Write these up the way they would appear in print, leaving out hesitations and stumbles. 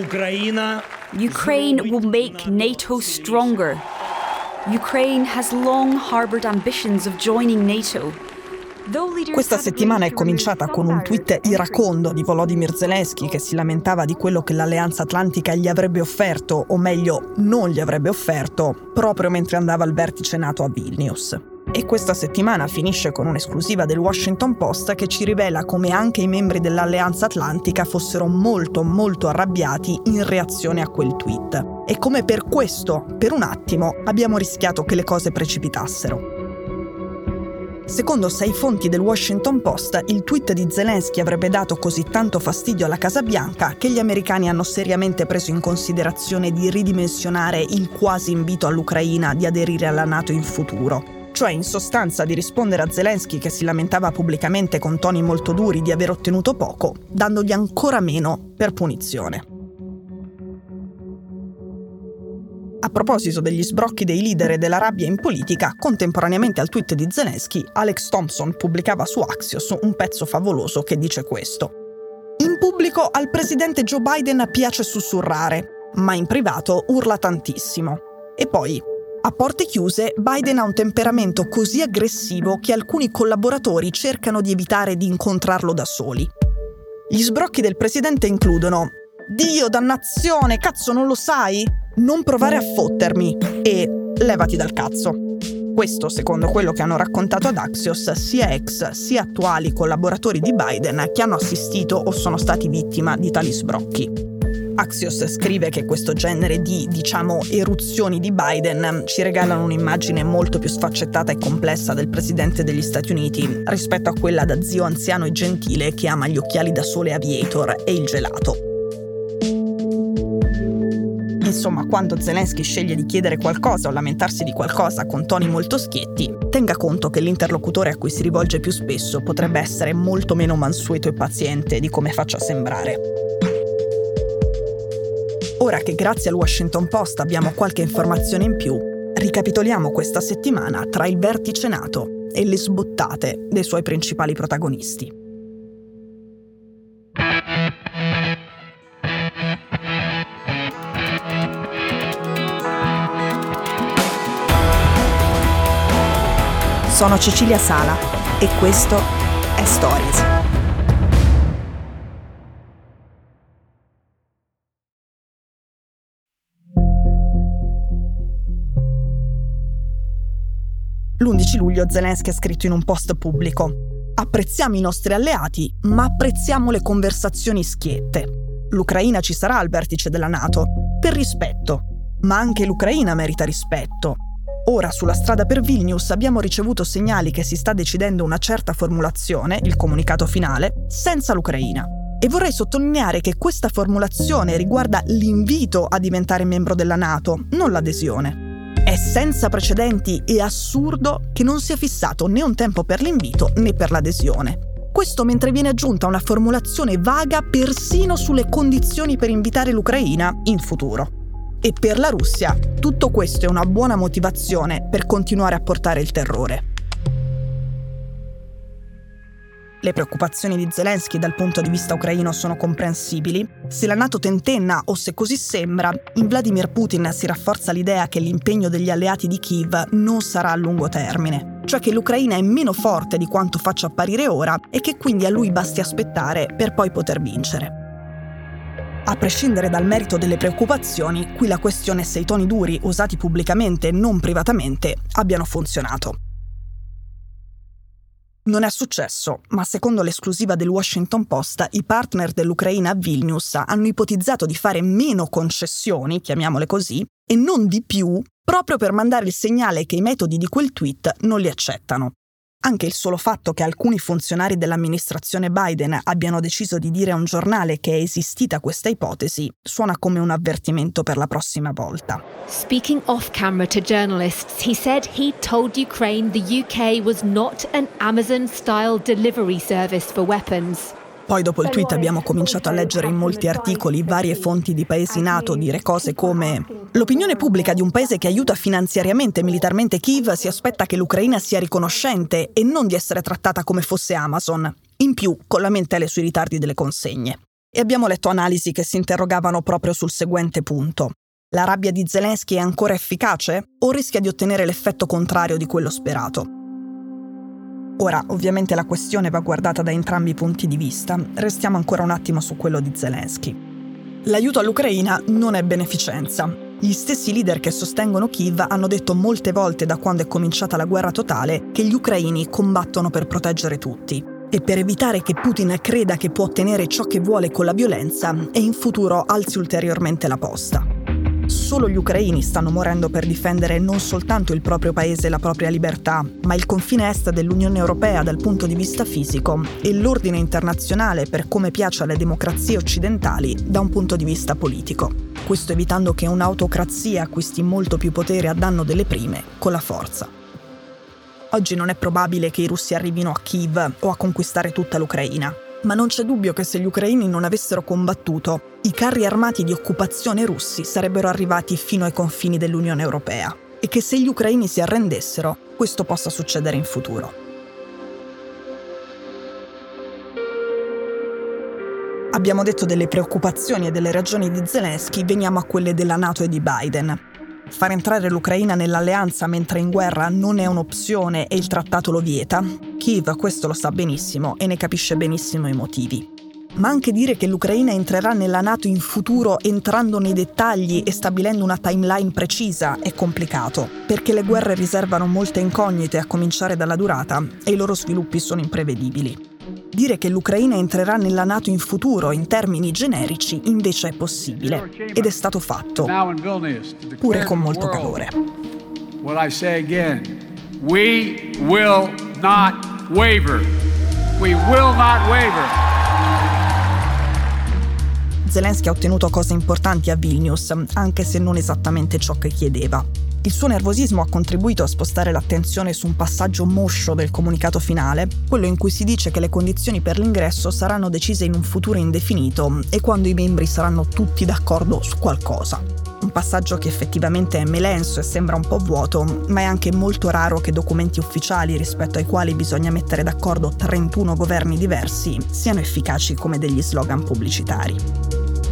Ukraine will make NATO stronger. Ukraine has long harbored ambitions of joining NATO. Questa settimana è cominciata con un tweet iracondo di Volodymyr Zelensky che si lamentava di quello che l'Alleanza Atlantica gli avrebbe offerto, o meglio, non gli avrebbe offerto, proprio mentre andava al vertice NATO a Vilnius. E questa settimana finisce con un'esclusiva del Washington Post che ci rivela come anche i membri dell'Alleanza Atlantica fossero molto molto arrabbiati in reazione a quel tweet. E come per questo, per un attimo, abbiamo rischiato che le cose precipitassero. Secondo 6 fonti del Washington Post, il tweet di Zelensky avrebbe dato così tanto fastidio alla Casa Bianca che gli americani hanno seriamente preso in considerazione di ridimensionare il quasi invito all'Ucraina di aderire alla NATO in futuro. Cioè, in sostanza, di rispondere a Zelensky che si lamentava pubblicamente con toni molto duri di aver ottenuto poco, dandogli ancora meno per punizione. A proposito degli sbrocchi dei leader e della rabbia in politica, contemporaneamente al tweet di Zelensky, Alex Thompson pubblicava su Axios un pezzo favoloso che dice questo. In pubblico al presidente Joe Biden piace sussurrare, ma in privato urla tantissimo. E poi, a porte chiuse, Biden ha un temperamento così aggressivo che alcuni collaboratori cercano di evitare di incontrarlo da soli. Gli sbrocchi del presidente includono «Dio, dannazione, cazzo non lo sai? Non provare a fottermi» e «Levati dal cazzo». Questo secondo quello che hanno raccontato ad Axios sia ex sia attuali collaboratori di Biden che hanno assistito o sono stati vittima di tali sbrocchi. Axios scrive che questo genere di, eruzioni di Biden ci regalano un'immagine molto più sfaccettata e complessa del presidente degli Stati Uniti rispetto a quella da zio anziano e gentile che ama gli occhiali da sole aviator e il gelato. Insomma, quando Zelensky sceglie di chiedere qualcosa o lamentarsi di qualcosa con toni molto schietti, tenga conto che l'interlocutore a cui si rivolge più spesso potrebbe essere molto meno mansueto e paziente di come faccia sembrare. Ora che grazie al Washington Post abbiamo qualche informazione in più, ricapitoliamo questa settimana tra il vertice NATO e le sbottate dei suoi principali protagonisti. Sono Cecilia Sala e questo è Stories. L'11 luglio Zelensky ha scritto in un post pubblico: apprezziamo i nostri alleati, ma apprezziamo le conversazioni schiette. L'Ucraina ci sarà al vertice della NATO, per rispetto, ma anche l'Ucraina merita rispetto. Ora, sulla strada per Vilnius, abbiamo ricevuto segnali che si sta decidendo una certa formulazione, il comunicato finale, senza l'Ucraina. E vorrei sottolineare che questa formulazione riguarda l'invito a diventare membro della NATO, non l'adesione. È senza precedenti e assurdo che non sia fissato né un tempo per l'invito né per l'adesione. Questo mentre viene aggiunta una formulazione vaga persino sulle condizioni per invitare l'Ucraina in futuro. E per la Russia tutto questo è una buona motivazione per continuare a portare il terrore. Le preoccupazioni di Zelensky dal punto di vista ucraino sono comprensibili. Se la NATO tentenna, o se così sembra, in Vladimir Putin si rafforza l'idea che l'impegno degli alleati di Kiev non sarà a lungo termine, cioè che l'Ucraina è meno forte di quanto faccia apparire ora e che quindi a lui basti aspettare per poi poter vincere. A prescindere dal merito delle preoccupazioni, qui la questione è se i toni duri usati pubblicamente e non privatamente abbiano funzionato. Non è successo, ma secondo l'esclusiva del Washington Post, i partner dell'Ucraina a Vilnius hanno ipotizzato di fare meno concessioni, chiamiamole così, e non di più, proprio per mandare il segnale che i metodi di quel tweet non li accettano. Anche il solo fatto che alcuni funzionari dell'amministrazione Biden abbiano deciso di dire a un giornale che è esistita questa ipotesi suona come un avvertimento per la prossima volta. Speaking off camera to journalists, he said he told Ukraine the UK was not an Amazon-style delivery service for weapons. Poi dopo il tweet abbiamo cominciato a leggere in molti articoli varie fonti di paesi NATO dire cose come: l'opinione pubblica di un paese che aiuta finanziariamente e militarmente Kiev si aspetta che l'Ucraina sia riconoscente e non di essere trattata come fosse Amazon, in più con lamentele sui ritardi delle consegne. E abbiamo letto analisi che si interrogavano proprio sul seguente punto. La rabbia di Zelensky è ancora efficace o rischia di ottenere l'effetto contrario di quello sperato? Ora, ovviamente la questione va guardata da entrambi i punti di vista. Restiamo ancora un attimo su quello di Zelensky. L'aiuto all'Ucraina non è beneficenza. Gli stessi leader che sostengono Kyiv hanno detto molte volte da quando è cominciata la guerra totale che gli ucraini combattono per proteggere tutti e per evitare che Putin creda che può ottenere ciò che vuole con la violenza e in futuro alzi ulteriormente la posta. Solo gli ucraini stanno morendo per difendere non soltanto il proprio paese e la propria libertà, ma il confine est dell'Unione Europea dal punto di vista fisico e l'ordine internazionale per come piace alle democrazie occidentali da un punto di vista politico. Questo evitando che un'autocrazia acquisti molto più potere a danno delle prime con la forza. Oggi non è probabile che i russi arrivino a Kyiv o a conquistare tutta l'Ucraina. Ma non c'è dubbio che se gli ucraini non avessero combattuto, i carri armati di occupazione russi sarebbero arrivati fino ai confini dell'Unione Europea e che se gli ucraini si arrendessero, questo possa succedere in futuro. Abbiamo detto delle preoccupazioni e delle ragioni di Zelensky, veniamo a quelle della NATO e di Biden. Far entrare l'Ucraina nell'alleanza mentre è in guerra non è un'opzione e il trattato lo vieta. Kyiv questo lo sa benissimo e ne capisce benissimo i motivi. Ma anche dire che l'Ucraina entrerà nella NATO in futuro entrando nei dettagli e stabilendo una timeline precisa è complicato, perché le guerre riservano molte incognite a cominciare dalla durata e i loro sviluppi sono imprevedibili. Dire che l'Ucraina entrerà nella NATO in futuro in termini generici invece è possibile ed è stato fatto, pure con molto calore. What I say again, we will not waver. We will not waver. Zelensky ha ottenuto cose importanti a Vilnius, anche se non esattamente ciò che chiedeva. Il suo nervosismo ha contribuito a spostare l'attenzione su un passaggio moscio del comunicato finale, quello in cui si dice che le condizioni per l'ingresso saranno decise in un futuro indefinito e quando i membri saranno tutti d'accordo su qualcosa. Un passaggio che effettivamente è melenso e sembra un po' vuoto, ma è anche molto raro che documenti ufficiali rispetto ai quali bisogna mettere d'accordo 31 governi diversi siano efficaci come degli slogan pubblicitari.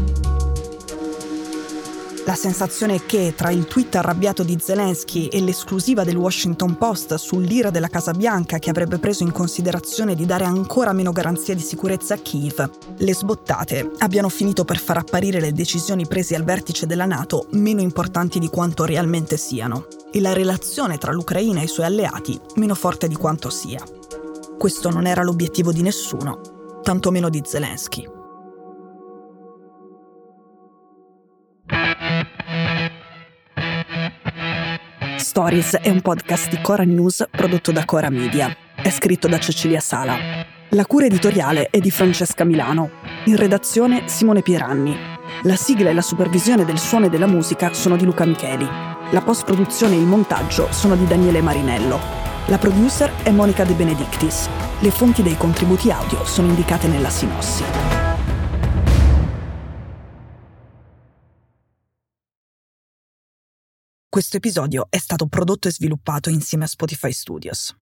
La sensazione è che tra il tweet arrabbiato di Zelensky e l'esclusiva del Washington Post sull'ira della Casa Bianca che avrebbe preso in considerazione di dare ancora meno garanzia di sicurezza a Kyiv, le sbottate abbiano finito per far apparire le decisioni prese al vertice della NATO meno importanti di quanto realmente siano e la relazione tra l'Ucraina e i suoi alleati meno forte di quanto sia. Questo non era l'obiettivo di nessuno, tantomeno di Zelensky. Stories è un podcast di Cora News prodotto da Cora Media. È scritto da Cecilia Sala. La cura editoriale è di Francesca Milano. In redazione Simone Pieranni. La sigla e la supervisione del suono e della musica sono di Luca Micheli. La post-produzione e il montaggio sono di Daniele Marinello. La producer è Monica De Benedictis. Le fonti dei contributi audio sono indicate nella sinossi. Questo episodio è stato prodotto e sviluppato insieme a Spotify Studios.